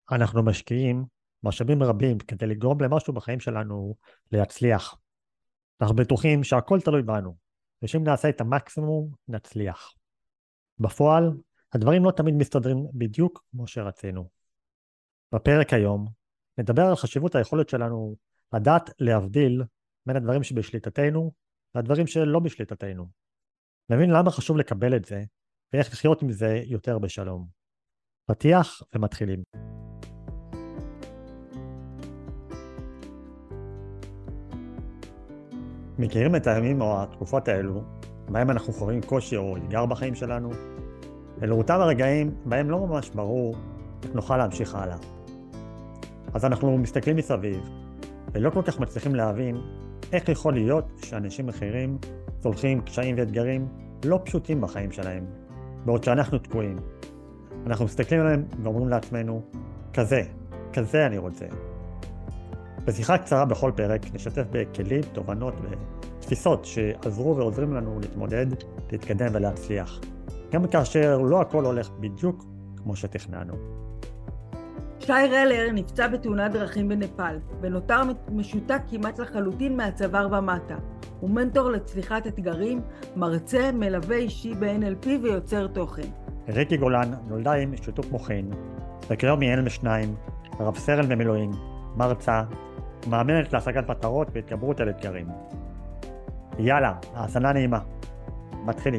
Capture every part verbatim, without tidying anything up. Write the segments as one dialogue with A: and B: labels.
A: אנחנו משקיעים משאבים רבים כדי לגרום למשהו בחיים שלנו להצליח. אנחנו בטוחים שהכל תלוי בנו, ושאם נעשה את המקסימום, נצליח. בפועל, הדברים לא תמיד מסתדרים בדיוק כמו שרצינו. בפרק היום, נדבר על חשיבות היכולת שלנו לדעת להבדיל בין הדברים שבשליטתנו והדברים שלא בשליטתנו. נבין למה חשוב לקבל את זה, ואיך לחיות עם זה יותר בשלום. פתיח ומתחילים. מכירים את הימים או התקופות האלו, בהם אנחנו חווים קושי או אתגר בחיים שלנו? אלו אותם הרגעים בהם לא ממש ברור איך נוכל להמשיך הלאה. אז אנחנו מסתכלים מסביב, ולא כל כך מצליחים להבין איך יכול להיות שאנשים אחרים צולחים קשיים ואתגרים לא פשוטים בחיים שלהם, בעוד שאנחנו תקועים. אנחנו מסתכלים עליהם ואומרים לעצמנו, כזה, כזה אני רוצה. בשיחה קצרה בכל פרק נשתף בכלים, תובנות ותפיסות שעזרו ועוזרים לנו להתמודד, להתקדם ולהצליח. גם כאשר לא הכל הולך בדיוק כמו שתכננו.
B: שי רלר נפצע בתאונת דרכים בנפאל, ונותר משותק כמעט לחלוטין מהצוואר ומטה. הוא מנטור לצליחת אתגרים, מרצה, מלווה אישי ב-אן אל פי ויוצר תוכן.
A: ריקי גולן נולדה עם שיתוק מוחין, וכיום היא אם לשניים, רב סרן במילואים, מרצה, מאמנת להשגת מטרות והתגברות על אתגרים. יאללה, האזנה נעימה. מתחילים.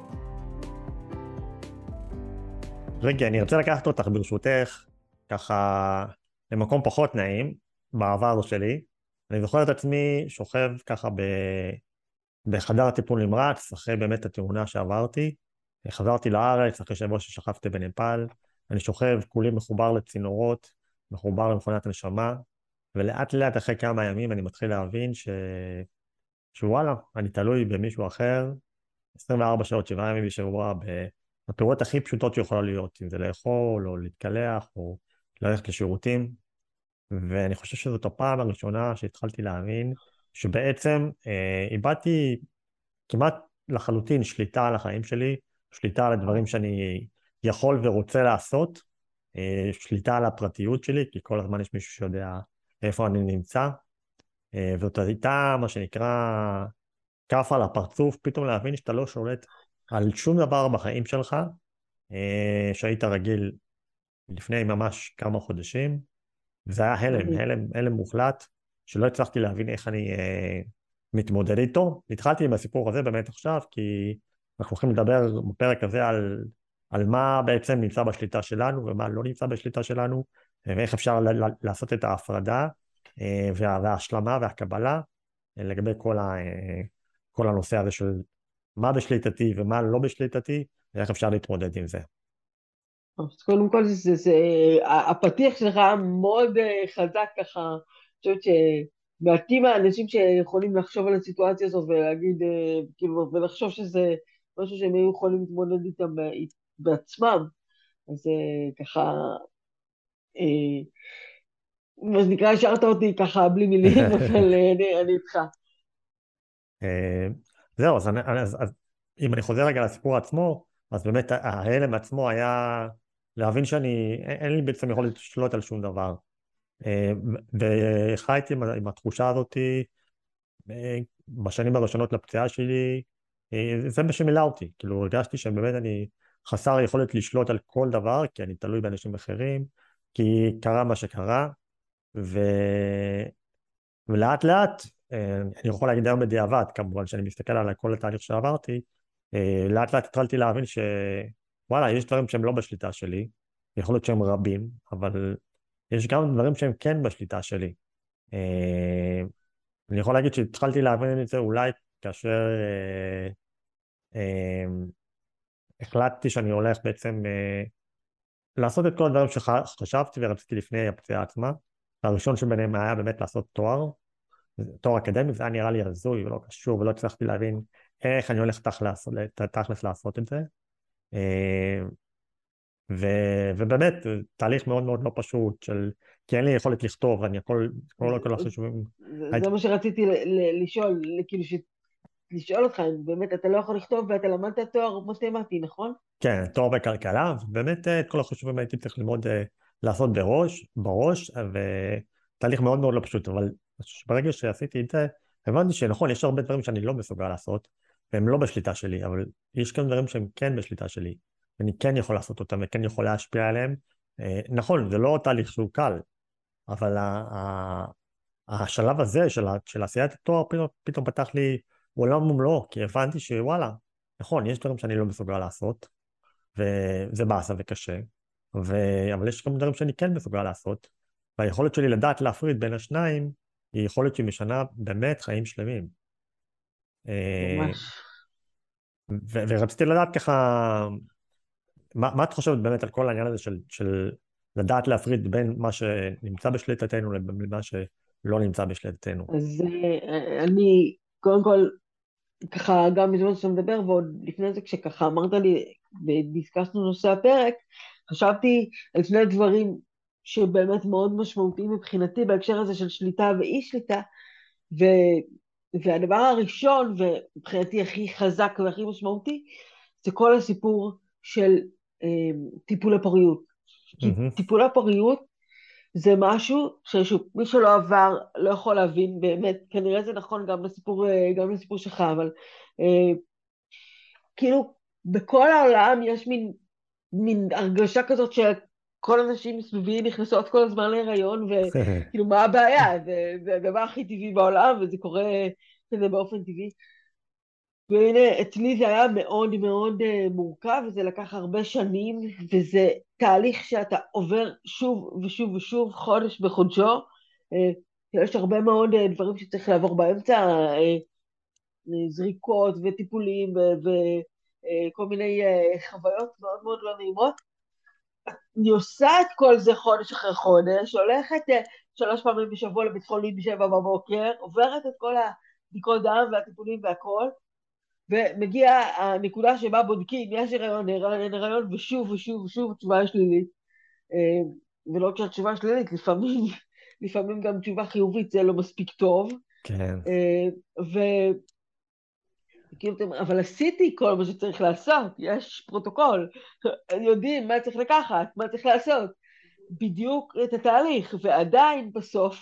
A: רגע, אני רוצה לקחת אותך ברשותך, ככה למקום פחות נעים, בעבר שלי. אני זוכר את עצמי שוכב ככה ב... בחדר טיפול נמרץ, אחרי באמת התאונה שעברתי. חזרתי לארץ, אחרי שבוע ששכבתי בנפאל. אני שוכב, כולי מחובר לצינורות, מחובר למכונת הנשמה, ולאט לאט אחרי כמה ימים אני מתחיל להבין ש... שוואלה, אני תלוי במישהו אחר, עשרים וארבע שעות, שבעה ימים בשבוע, בפעולות הכי פשוטות שיכולה להיות, אם זה לאכול, או להתקלח, או ללכת לשירותים. ואני חושב שזאת הפעם הראשונה שהתחלתי להבין, שבעצם אה, איבדתי כמעט לחלוטין שליטה על החיים שלי, שליטה על הדברים שאני יכול ורוצה לעשות, אה, שליטה על הפרטיות שלי, כי כל הזמן יש מישהו שיודע איפה אני נמצא, אה, זאת הייתה מה שנקרא כף על הפרצוף, פתאום להבין שאתה לא שולט על שום דבר בחיים שלך, אה, שהיית רגיל לפני ממש כמה חודשים, וזה היה הלם, הלם, הלם מוחלט, שלא הצלחתי להבין איך אני אה, מתמודד איתו. התחלתי עם הסיפור הזה באמת עכשיו, כי אנחנו הולכים לדבר בפרק הזה על, על מה בעצם נמצא בשליטה שלנו, ומה לא נמצא בשליטה שלנו, ואיך אפשר ל- ל- לעשות את ההפרדה, אה, וה- וההשלמה והקבלה, אה, לגבי כל, ה, אה, כל הנושא הזה של מה בשליטתי ומה לא בשליטתי, ואיך אפשר להתמודד עם זה.
C: אז קודם כל, זה, זה, זה, הפתיח שלך מאוד אה, חזק ככה, אני חושבת שמעטים האנשים שיכולים לחשוב על הסיטואציה הזאת ולהגיד, אה, כאילו, ולחשוב שזה משהו שהם היו יכולים להתמודד איתם ב- בעצמם, אז אה, ככה, אה, מה שנקרא, השארת אותי ככה בלי מילים, אבל אה, אני, אני איתך.
A: אה, זהו, אז, אני, אז, אז אם אני חוזר רגע לסיפור עצמו, אז באמת ההלם עצמו היה להבין שאני, אין אין לי בעצם יכולת לשלוט על שום דבר. אה, וחייתי עם, עם התחושה הזאת אה, בשנים הראשונות לפציעה שלי, אה, זה מה שמילא אותי, כאילו הרגשתי שבאמת אני חסר יכולת לשלוט על כל דבר, כי אני תלוי באנשים אחרים, כי קרה מה שקרה, ו... ולאט לאט, אה, אני יכול להגיד היום בדיעבד, כמובן שאני מסתכל על כל התהליך שעברתי, אה, לאט לאט התחלתי להבין שוואלה, יש דברים שהם לא בשליטה שלי, יכול להיות שהם רבים, אבל יש גם דברים שהם כן בשליטה שלי. אה, אני יכול להגיד שהתחלתי להבין את זה אולי כאשר אה, אה, החלטתי שאני הולך בעצם אה, לעשות את כל הדברים שחשבתי ורציתי לפני הפציעה עצמה. הראשון שביניהם היה באמת לעשות תואר, תואר אקדמי, זה היה נראה לי הזוי ולא קשור, ולא הצלחתי להבין איך אני הולך תכלס, תכלס לעשות את זה. אה, ו, ובאמת, תהליך מאוד מאוד לא פשוט, של, כי אין לי יכולת לכתוב, אני יכול, כל, כל החישובים,
C: זה,
A: הייתי,
C: זה מה שרציתי ל, ל, לשאול, כאילו, ש, לשאול אותך, באמת, אתה לא יכול לכתוב ואתה למדת תואר מתמטי, נכון?
A: כן, תואר בכלכלה, ובאמת את כל החישובים הייתי צריך ללמוד, אה, לעשות בראש, בראש, ותהליך מאוד מאוד לא פשוט, אבל ברגע שעשיתי את זה, הבנתי שנכון, יש הרבה דברים שאני לא מסוגל לעשות, והם לא בשליטה שלי, אבל יש גם דברים שהם כן בשליטה שלי, ואני כן יכול לעשות אותם, וכן יכול להשפיע עליהם. אה, נכון, זה לא תהליך שהוא קל, אבל ה- ה- השלב הזה של, ה- של עשיית התואר פתאום, פתאום פתח לי עולם ומלואו, כי הבנתי שוואלה, נכון, יש דברים שאני לא מסוגל לעשות, וזה באסה וקשה, ו... אבל יש גם דברים שאני כן מסוגל לעשות, והיכולת שלי לדעת להפריד בין השניים, היא יכולת שמשנה באמת חיים שלמים. אה,
C: ממש.
A: ו... ורציתי לדעת ככה, מה, מה את חושבת באמת על כל העניין הזה של, של לדעת להפריד בין מה שנמצא בשליטתנו לבין מה שלא נמצא בשליטתנו?
C: אז אה, אני, קודם כל, ככה, גם בזמן שאתה מדבר, ועוד לפני זה, כשככה אמרת לי, ודיסקסנו נושא הפרק, חשבתי על שני דברים שבאמת מאוד משמעותיים מבחינתי בהקשר הזה של שליטה ואי שליטה, ו, והדבר הראשון, ומבחינתי הכי חזק והכי משמעותי, זה כל הסיפור של אה, טיפול הפוריות. כי
A: מהמם.
C: טיפול הפוריות זה משהו שמי שלא עבר לא יכול להבין באמת, כנראה זה נכון גם לסיפור, אה, גם לסיפור שלך, אבל אה, כאילו בכל העולם יש מין, מין הרגשה כזאת שכל הנשים מסביבי נכנסות כל הזמן להיריון, וכאילו מה הבעיה? זה, זה הדבר הכי טבעי בעולם, וזה קורה כזה באופן טבעי. והנה, אצלי זה היה מאוד מאוד uh, מורכב, וזה לקח הרבה שנים, וזה תהליך שאתה עובר שוב ושוב ושוב, חודש בחודשו. Uh, יש הרבה מאוד uh, דברים שצריך לעבור באמצע, uh, זריקות וטיפולים וכל מיני uh, חוויות מאוד מאוד לא נעימות. אני עושה את כל זה חודש אחרי חודש, הולכת uh, שלוש פעמים בשבוע לבית חולים בשבע בבוקר, עוברת את כל הבדיקות דם והטיפולים והכל, ומגיע הנקודה שבה בודקים, יש הריון, אין הריון, ושוב ושוב ושוב התשובה היא שלילית. ולא כשהתשובה שלילית, לפעמים, לפעמים גם תשובה חיובית, זה לא מספיק טוב.
A: כן.
C: ו... אבל עשיתי כל מה שצריך לעשות, יש פרוטוקול, יודעים מה צריך לקחת, מה צריך לעשות, בדיוק את התהליך, ועדיין בסוף,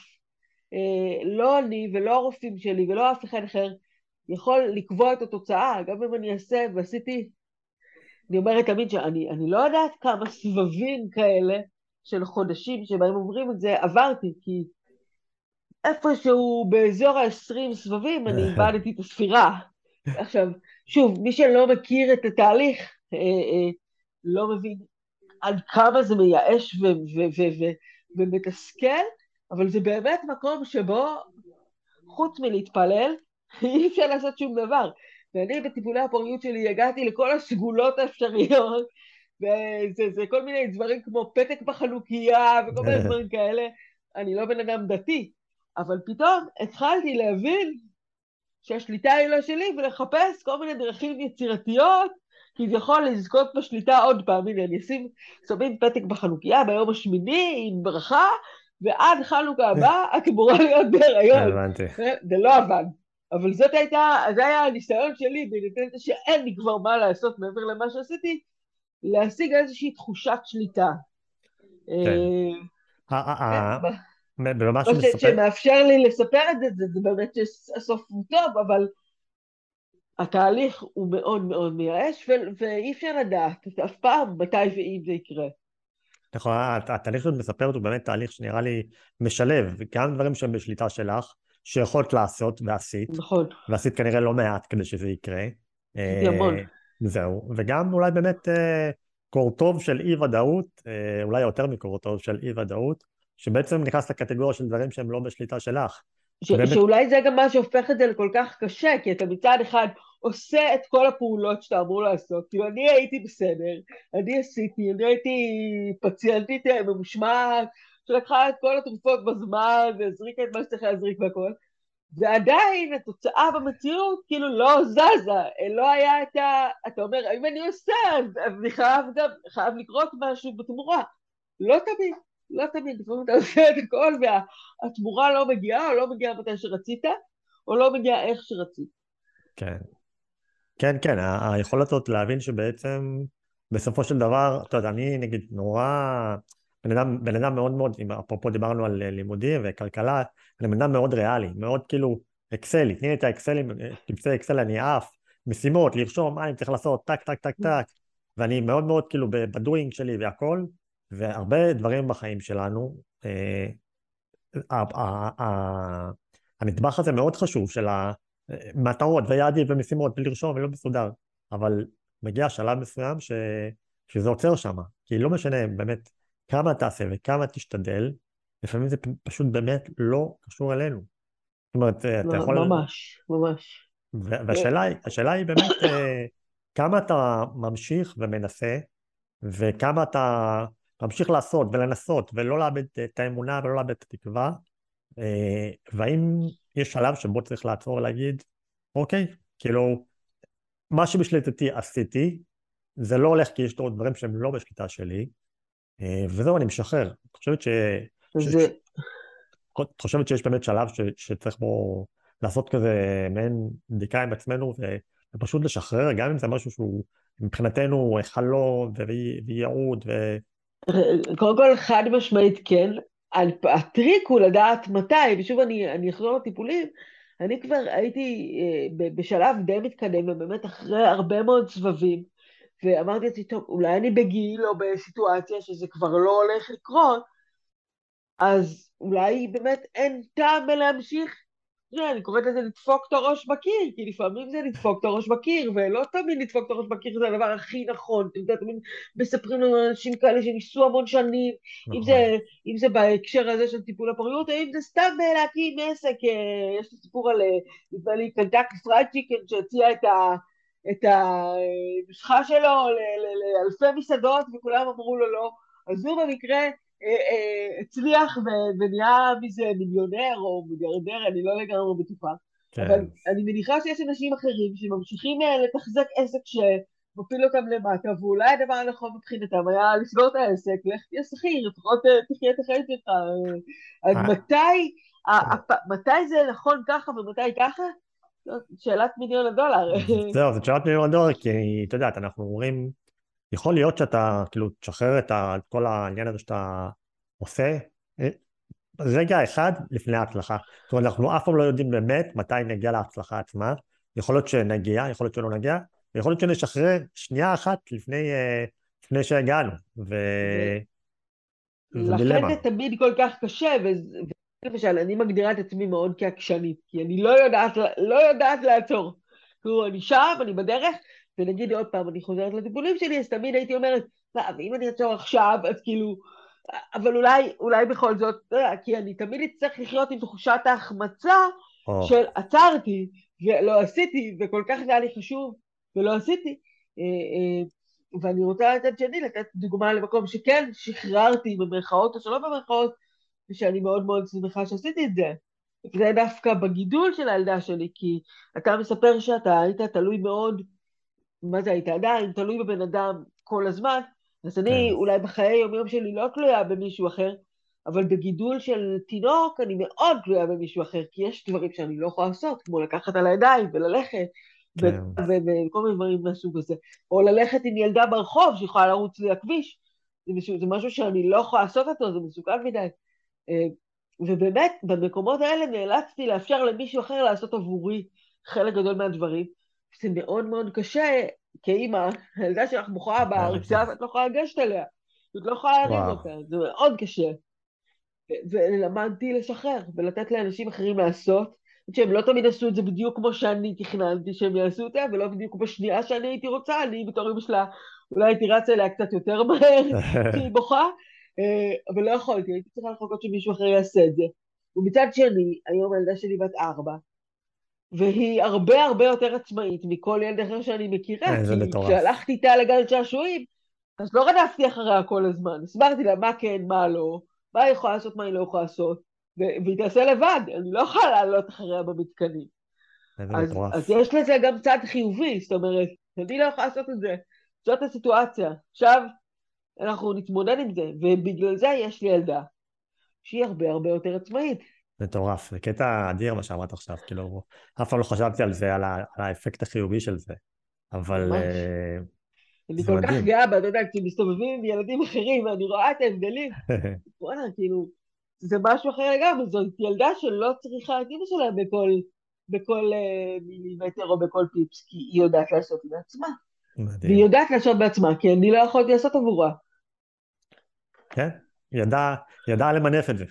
C: לא אני ולא הרופאים שלי ולא אף אחד אחר, יכול לקבוע את התוצאה, גם אם אני אעשה, ועשיתי, אני אומרת תמיד שאני אני לא יודעת כמה סבבים כאלה של חודשים שבהם אומרים את זה, עברתי, כי איפשהו באזור ה-עשרים סבבים אני איבדתי את הספירה. עכשיו, שוב, מי שלא מכיר את התהליך, אה, אה, לא מבין עד כמה זה מייאש ו- ו- ו- ו- ומתסכל, אבל זה באמת מקום שבו, חוץ מלהתפלל, אי אפשר לעשות שום דבר. ואני בטיפולי הפוריות שלי הגעתי לכל הסגולות האפשריות, וזה זה כל מיני דברים כמו פתק בחלוקייה וכל מיני דברים כאלה. אני לא בן אדם דתי, אבל פתאום התחלתי להבין שהשליטה היא לא שלי, ולחפש כל מיני דרכים יצירתיות, כביכול לזכות בשליטה עוד פעם. הנה, אני אשים, שמים פתק בחלוקייה ביום השמיני עם ברכה, ועד חנוכה הבא את אמורה להיות בהיריון.
A: הבנתי.
C: זה לא עבד. אבל זאת הייתה, זה היה הניסיון שלי, בהינתן שאין לי כבר מה לעשות מעבר למה שעשיתי, להשיג איזושהי תחושת שליטה.
A: כן.
C: כן,
A: במה
C: מה
A: שמספק,
C: שמאפשר לי לספר את זה, זה באמת שהסוף הוא טוב, אבל התהליך הוא מאוד מאוד מייאש, ואי אפשר לדעת אף פעם מתי ואם זה יקרה.
A: נכון, התהליך שאת מספרת הוא באמת תהליך שנראה לי משלב, גם דברים שהם בשליטה שלך, שיכולת לעשות ועשית,
C: נכון,
A: ועשית כנראה לא מעט כדי שזה יקרה.
C: עשיתי המון.
A: אה, זהו, וגם אולי באמת אה, קורטוב של אי ודאות, אה, אולי יותר מקורטוב של אי ודאות, שבעצם נכנס לקטגוריה של דברים שהם לא בשליטה שלך.
C: ש,
A: כי באמת,
C: שאולי זה גם מה שהופך את זה לכל כך קשה, כי אתה מצד אחד עושה את כל הפעולות שאתה אמור לעשות. כאילו, אני הייתי בסדר, אני עשיתי, אני הייתי פציינטית ממושמעת, שלקחה את כל התרופות בזמן, והזריקה את מה שצריך להזריק והכל, ועדיין התוצאה במציאות כאילו לא זזה, לא היה את ה... אתה אומר, אם אני עושה, אז אני חייב גם, חייב לקרות משהו בתמורה. לא תמיד. לא תמיד, לפעמים אתה עושה את הכל והתמורה לא מגיעה, או לא מגיעה מתי שרצית, או לא מגיעה איך שרצית.
A: כן, כן, כן, ה- היכולת הזאת להבין שבעצם בסופו של דבר, אתה יודע, אני נגיד נורא בן אדם, בן אדם מאוד מאוד, אם אפרופו דיברנו על לימודים וכלכלה, אני בן אדם מאוד ריאלי, מאוד כאילו אקסלי, תני לי את האקסלים, קבצי אקסל אני עף, משימות, לרשום מה אני צריך לעשות, טק, טק, טק, טק, ואני מאוד מאוד כאילו בדואינג שלי והכל, והרבה דברים בחיים שלנו, אה, ה- ה- ה- הנדבך הזה מאוד חשוב של המטרות ויעדים ומשימות ולרשום ולא מסודר, אבל מגיע שלב מסוים ש... שזה עוצר שם, כי לא משנה באמת כמה תעשה וכמה תשתדל, לפעמים זה פ- פשוט באמת לא קשור אלינו. זאת אומרת, אתה יכול...
C: ממש, ממש.
A: ו- והשאלה היא, השאלה היא באמת אה, כמה אתה ממשיך ומנסה, וכמה אתה ממשיך לעשות ולנסות ולא לאבד את האמונה ולא לאבד את התקווה, אה, והאם יש שלב שבו צריך לעצור ולהגיד, אוקיי, כאילו, מה שבשליטתי עשיתי, זה לא הולך כי יש עוד דברים שהם לא בשליטה שלי, אה, וזהו, אני משחרר. את חושבת ש... ש...
C: זה,
A: ש... את חושבת שיש באמת שלב ש... שצריך בו לעשות כזה מעין בדיקה עם עצמנו ו... ופשוט לשחרר, גם אם זה משהו שהוא מבחינתנו חלום ו- וייעוד ו...
C: קודם כל, חד משמעית כן. הטריק הוא לדעת מתי, ושוב אני, אני אחזור לטיפולים, אני כבר הייתי אה, ב- בשלב די מתקדם, ובאמת אחרי הרבה מאוד סבבים, ואמרתי לעצמי, טוב, אולי אני בגיל או בסיטואציה שזה כבר לא הולך לקרות, אז אולי באמת אין טעם בלהמשיך. תראה, אני קוראת לזה לדפוק את הראש בקיר, כי לפעמים זה לדפוק את הראש בקיר, ולא תמיד לדפוק את הראש בקיר זה הדבר הכי נכון. אתם יודעים, תמיד מספרים לנו אנשים כאלה שניסו המון שנים, אם זה,
A: נכון.
C: אם זה בהקשר הזה של טיפול הפוריות, או אם זה סתם להקים עסק. אה, יש לי סיפור על, אה, נדמה לי, קנטקי פרייד צ'יקן, שהציע את ה... את הנוסחה שלו ל- ל- לאלפי מסעדות, וכולם אמרו לו לא. אז הוא במקרה אה, אה, הצליח ו- ונהיה מזה מיליונר או מיליארדר, אני לא לגמרי בטוחה. אבל
A: כן.
C: אני מניחה שיש אנשים אחרים שממשיכים אה, לתחזק עסק שמפיל אותם למטה, ואולי הדבר הנכון מבחינתם היה לסגור את העסק, לך תהיה שכיר, לפחות אה, תחיה את החיים שלך. אה, אז
A: אה,
C: מתי, ה- הפ- מתי זה נכון ככה ומתי ככה? זאת שאלת מיליון הדולר.
A: זהו, זאת שאלת מיליון דולר, כי את יודעת, אנחנו אומרים, יכול להיות שאתה, כאילו, תשחרר את ה- את כל העניין הזה שאתה עושה, אה, רגע אחד לפני ההצלחה. זאת אומרת, אנחנו אף פעם לא יודעים באמת מתי נגיע להצלחה עצמה. יכול להיות שנגיע, יכול להיות שלא נגיע, ויכול להיות שנשחרר שנייה אחת לפני, אה, לפני שהגענו, ו... וזו
C: לכן
A: דילמה.
C: זה תמיד כל כך קשה, וזה- למשל, אני מגדירה את עצמי מאוד כעקשנית, כי אני לא יודעת, לא יודעת לעצור. כאילו, אני שם, אני בדרך, ונגיד עוד פעם, אני חוזרת לטיפולים שלי, אז תמיד הייתי אומרת, לא, ואם אני אעצור עכשיו, אז כאילו, אבל אולי, אולי בכל זאת, לא יודע, כי אני תמיד אצטרך לחיות עם תחושת ההחמצה
A: או,
C: של עצרתי, ולא עשיתי, וכל כך זה היה לי חשוב, ולא עשיתי. אה, אה, ואני רוצה לתת שני, לתת דוגמה למקום שכן שחררתי במרכאות או שלא במרכאות, ושאני מאוד מאוד שמחה שעשיתי את זה. וזה דווקא בגידול של הילדה שלי, כי אתה מספר שאתה היית תלוי מאוד, מה זה היית עדיין, תלוי בבן אדם כל הזמן, אז אני
A: כן,
C: אולי בחיי יום יום שלי לא תלויה במישהו אחר, אבל בגידול של תינוק אני מאוד תלויה במישהו אחר, כי יש דברים שאני לא יכולה לעשות, כמו לקחת על הידיים וללכת, ו-
A: כן,
C: ו- וכל מיני דברים מהסוג הזה. או ללכת עם ילדה ברחוב שיכולה לרוץ לי לכביש, זה משהו, זה משהו שאני לא יכולה לעשות אותו, זה מסוכן מדי. אה, ובאמת, במקומות האלה נאלצתי לאפשר למישהו אחר לעשות עבורי חלק גדול מהדברים. זה מאוד מאוד קשה, כאימא, הילדה שלך בוכה בהרצאה ואת לא יכולה לגשת אליה, את לא יכולה להרים
A: וואו,
C: אותה, זה מאוד קשה. ולמדתי לשחרר ולתת לאנשים אחרים לעשות, שהם לא תמיד עשו את זה בדיוק כמו שאני תכננתי שהם יעשו את זה, ולא בדיוק בשנייה שאני הייתי רוצה, אני בתור אמא שלה אולי הייתי רצה אליה קצת יותר מהר כשהיא בוכה, אה, אבל לא יכולתי, הייתי צריכה לחכות שמישהו אחר יעשה את זה. ומצד שני, היום הילדה שלי בת ארבע, והיא הרבה הרבה יותר עצמאית מכל ילד אחר שאני מכירה,
A: איזה
C: כי
A: מטורף.
C: כשהלכתי איתה לגן שעשועים, אז לא רדפתי אחריה כל הזמן, הסברתי לה מה כן, מה לא, מה היא יכולה לעשות, מה היא לא יכולה לעשות, ו- והיא תעשה לבד, אני לא יכולה לעלות אחריה במתקנים.
A: איזה
C: אז, אז
A: מטורף.
C: יש לזה גם צד חיובי, זאת אומרת, אני לא יכולה לעשות את זה, זאת הסיטואציה. עכשיו אנחנו נתמודד עם זה, ובגלל זה יש לי ילדה, שהיא הרבה הרבה יותר עצמאית.
A: מטורף. זה קטע אדיר מה שאמרת עכשיו, כאילו, אף פעם לא חשבתי על זה, על, ה... על האפקט החיובי של זה. אבל
C: ממש.
A: אה,
C: אני
A: זה
C: כל כך
A: מדהים.
C: גאה בה, אתה יודע, כשמסתובבים עם ילדים אחרים, ואני רואה את ההבדלים, וואלה, כאילו, זה משהו אחר לגמרי, זאת ילדה שלא צריכה את אמא שלה בכל, בכל אה, מילימטר או בכל פיפס, כי היא יודעת לעשות בעצמה. והיא
A: מדהים.
C: יודעת לעשות בעצמה, כי אני לא יכולתי לעשות עבורה.
A: כן? ידע, ידע למנף את זה.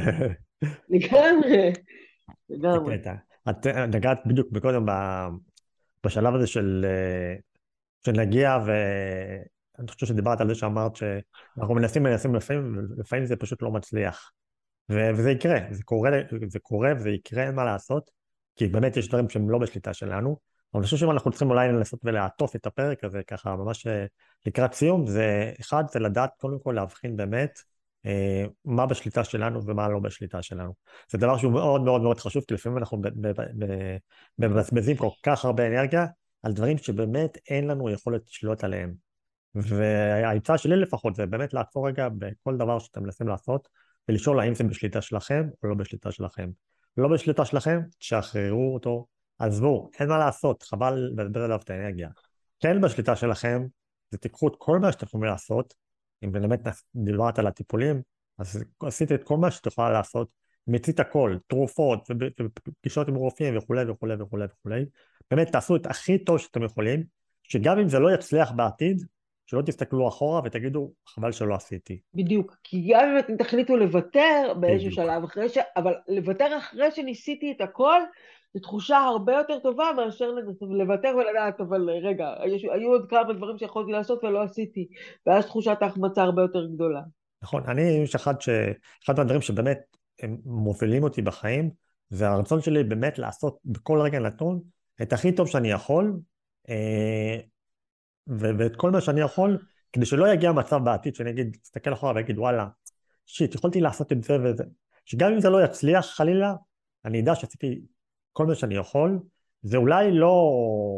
C: לגמרי,
A: זה
C: לגמרי.
A: קטע. את נגעת בדיוק מקודם ב- בשלב הזה של, אה, של נגיע, ואני חושב שדיברת על זה שאמרת שאנחנו מנסים, מנסים לפעמים, ולפעמים זה פשוט לא מצליח. ו- וזה יקרה, זה קורה, זה קורה וזה יקרה, אין מה לעשות, כי באמת יש דברים שהם לא בשליטה שלנו, אבל אני חושב שאם אנחנו צריכים אולי לנסות ולעטוף את הפרק הזה ככה ממש אה, לקראת סיום, זה אחד, זה לדעת קודם כל להבחין באמת אה, מה בשליטה שלנו ומה לא בשליטה שלנו. זה דבר שהוא מאוד מאוד מאוד חשוב, כי לפעמים אנחנו ב- ב- ב- מבזבזים כל כך הרבה אנרגיה על דברים שבאמת אין לנו יכולת לשלוט עליהם. והעצה שלי לפחות זה באמת לעצור רגע בכל דבר שאתם מנסים לעשות ולשאול האם זה בשליטה שלכם או לא בשליטה שלכם. לא בשליטה שלכם, תשחררו אותו, עזבו, אין מה לעשות, חבל לבזבז עליו את האנרגיה. כן בשליטה שלכם, זה תיקחו את כל מה שאתם יכולים לעשות, אם באמת דיברת על הטיפולים, אז עשית את כל מה שאת יכולה לעשות, מיצית הכל, תרופות ופגישות עם רופאים וכולי וכולי וכולי וכולי. באמת תעשו את הכי טוב שאתם יכולים, שגם אם זה לא יצליח בעתיד, שלא תסתכלו אחורה ותגידו, חבל שלא עשיתי.
C: בדיוק, כי גם אם אתם תחליטו לוותר באיזשהו
A: בדיוק.
C: שלב, אחרי ש... אבל לוותר אחרי שניסיתי את הכל, זו תחושה הרבה יותר טובה מאשר לוותר ולדעת, אבל רגע, יש... היו עוד כמה דברים שיכולתי לעשות ולא עשיתי, ואז תחושת ההחמצה הרבה יותר גדולה.
A: נכון, אני יש אחד ש... אחד מהדברים שבאמת הם מובילים אותי בחיים, זה הרצון שלי באמת לעשות בכל רגע נתון את הכי טוב שאני יכול, אה, ו- ואת כל מה שאני יכול, כדי שלא יגיע מצב בעתיד שאני אגיד, אסתכל אחורה ואגיד, וואלה, שיט, יכולתי לעשות את זה וזה. שגם אם זה לא יצליח חלילה, אני אדע שעשיתי כל מה שאני יכול, זה אולי לא,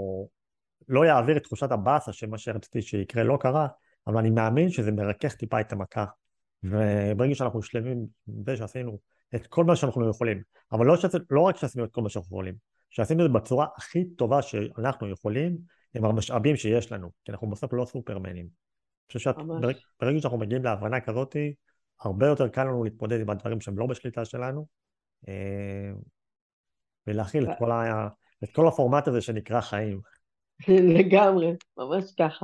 A: לא יעביר את תחושת הבאסה שמה שרציתי שיקרה לא קרה, אבל אני מאמין שזה מרכך טיפה את המכה. וברגע שאנחנו שלמים בזה שעשינו את כל מה שאנחנו יכולים, אבל לא, שעשינו, לא רק שעשינו את כל מה שאנחנו יכולים, שעשינו את זה בצורה הכי טובה שאנחנו יכולים, עם המשאבים שיש לנו, כי אנחנו בסוף לא סופרמנים. אני חושב
C: ממש.
A: שברגע שאנחנו מגיעים להבנה כזאת, הרבה יותר קל לנו להתמודד עם הדברים שהם לא בשליטה שלנו, אה, ולהכיל את כל, ה... את כל הפורמט הזה שנקרא חיים.
C: לגמרי, ממש ככה.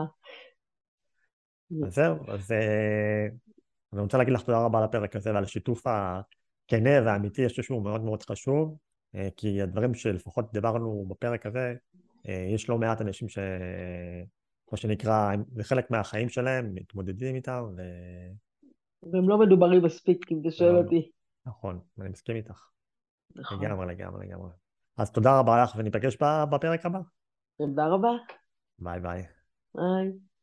A: אז זהו, אז אה, אני רוצה להגיד לך תודה רבה על הפרק הזה ועל השיתוף הכנה והאמיתי, אני חושב שהוא מאוד מאוד חשוב, אה, כי הדברים שלפחות דיברנו בפרק הזה, אה, יש לא מעט אנשים ש... מה שנקרא, הם- זה חלק מהחיים שלהם, מתמודדים איתם, ו...
C: והם לא מדוברים מספיק, אם אתה שואל
A: ולא,
C: אותי.
A: נכון, אני מסכים איתך,
C: נכון.
A: לגמרי, לגמרי, לגמרי. אז תודה רבה לך, וניפגש ב- בפרק הבא.
C: תודה רבה.
A: ביי ביי.
C: ביי.